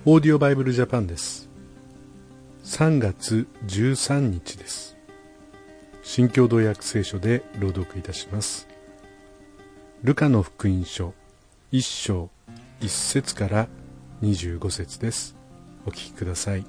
オーディオバイブルジャパンです。3月13日です。新共同訳聖書で朗読いたします。ルカの福音書1章1節から25節です。お聞きください。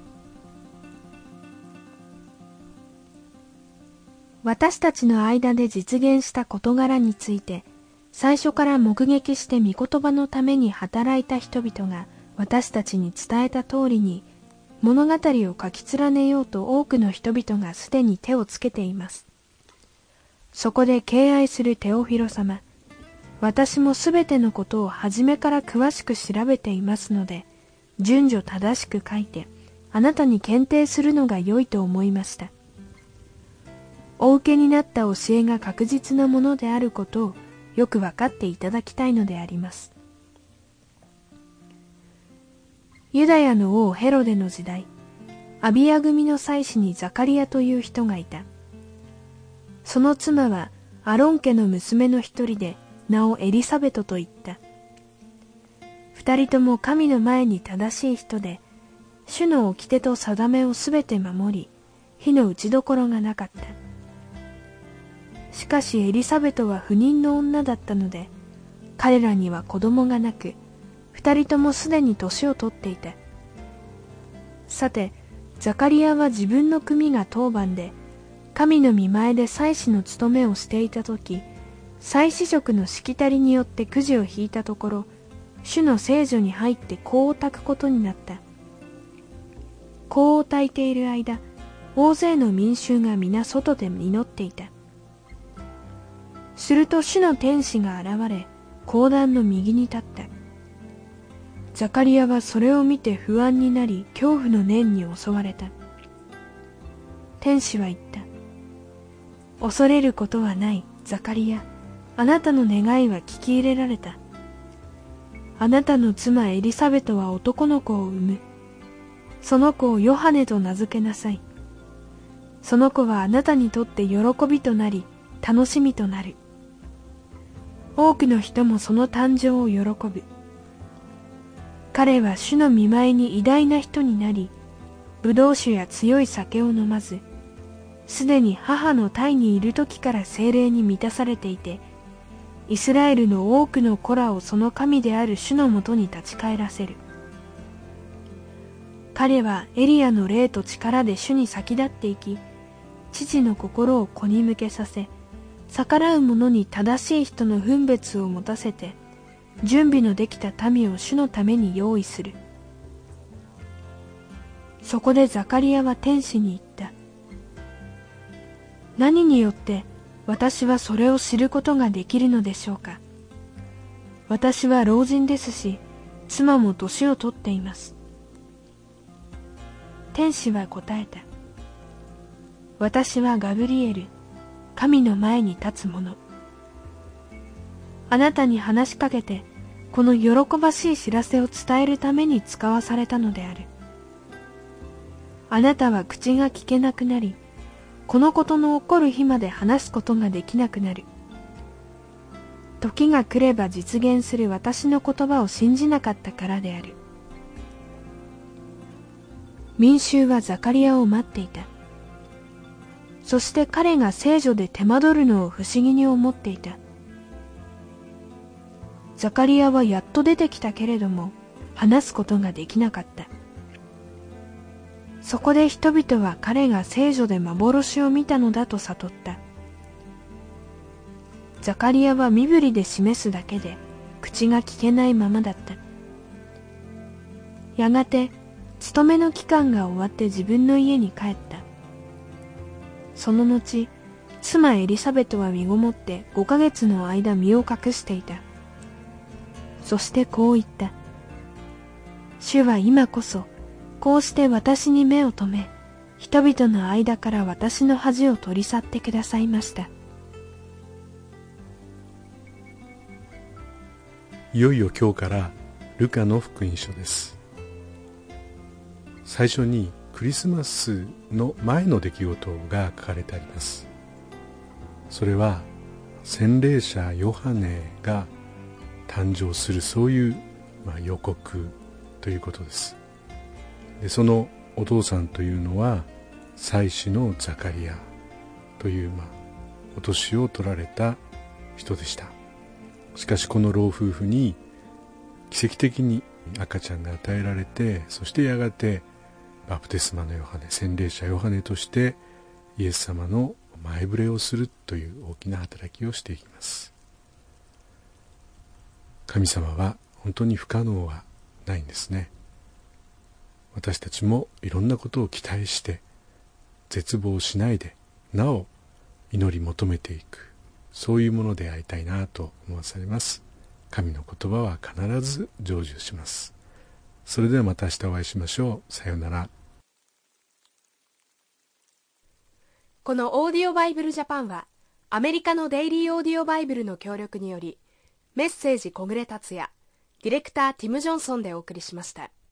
私たちの間で実現した事柄について、最初から目撃して御言葉のために働いた人々が私たちに伝えた通りに、物語を書き連ねようと多くの人々がすでに手をつけています。そこで敬愛するテオフィロ様、私もすべてのことを初めから詳しく調べていますので、順序正しく書いて、あなたに検定するのが良いと思いました。お受けになった教えが確実なものであることをよく分かっていただきたいのであります。ユダヤの王ヘロデの時代、アビヤ組の妻子にザカリアという人がいた。その妻はアロン家の娘の一人で、名をエリサベトと言った。二人とも神の前に正しい人で、主の掟と定めをすべて守り、火の打ちどころがなかった。しかしエリザベトは不妊の女だったので、彼らには子供がなく、二人ともすでに年を取っていた。さて、ザカリアは自分の組が当番で、神の御前で祭司の務めをしていたとき、祭司職のしきたりによってくじを引いたところ、主の聖所に入って香を焚くことになった。香を焚いている間、大勢の民衆が皆外で祈っていた。すると主の天使が現れ、香壇の右に立った。ザカリアはそれを見て不安になり、恐怖の念に襲われた。天使は言った。恐れることはない、ザカリア。あなたの願いは聞き入れられた。あなたの妻エリサベトは男の子を産む。その子をヨハネと名付けなさい。その子はあなたにとって喜びとなり、楽しみとなる。多くの人もその誕生を喜ぶ。彼は主の御前に偉大な人になり、ブドウ酒や強い酒を飲まず、すでに母の胎にいる時から聖霊に満たされていて、イスラエルの多くの子らをその神である主のもとに立ち返らせる。彼はエリアの霊と力で主に先立っていき、父の心を子に向けさせ、逆らう者に正しい人の分別を持たせて、準備のできた民を主のために用意する。そこでザカリアは天使に言った。何によって私はそれを知ることができるのでしょうか。私は老人ですし、妻も年を取っています。天使は答えた。私はガブリエル、神の前に立つ者。あなたに話しかけて、この喜ばしい知らせを伝えるために使わされたのである。あなたは口が聞けなくなり、このことの起こる日まで話すことができなくなる。時が来れば実現する私の言葉を信じなかったからである。民衆はザカリアを待っていた。そして彼が聖所で手間取るのを不思議に思っていた。ザカリアはやっと出てきたけれども、話すことができなかった。そこで人々は彼が聖所で幻を見たのだと悟った。ザカリアは身振りで示すだけで、口が聞けないままだった。やがて、勤めの期間が終わって自分の家に帰った。その後、妻エリサベトは身ごもって5ヶ月の間身を隠していた。そしてこう言った。主は今こそ、こうして私に目を留め、人々の間から私の恥を取り去ってくださいました。 いよいよ今日からルカの福音書です。最初にクリスマスの前の出来事が書かれてあります。それは洗礼者ヨハネが誕生する、そういう予告ということです。 でそのお父さんというのは祭司のザカリアという、お年を取られた人でした。しかしこの老夫婦に奇跡的に赤ちゃんが与えられて、そしてやがてバプテスマのヨハネ、洗礼者ヨハネとしてイエス様の前触れをするという大きな働きをしていきます。神様は本当に不可能はないんですね。私たちもいろんなことを期待して絶望しないで、なお祈り求めていく、そういうものでありたいなと思わされます。神の言葉は必ず成就します。それではまた明日お会いしましょう。さようなら。 このオーディオバイブルジャパンはアメリカのデイリーオーディオバイブルの協力により、メッセージ小暮達也、ディレクターティム・ジョンソンでお送りしました。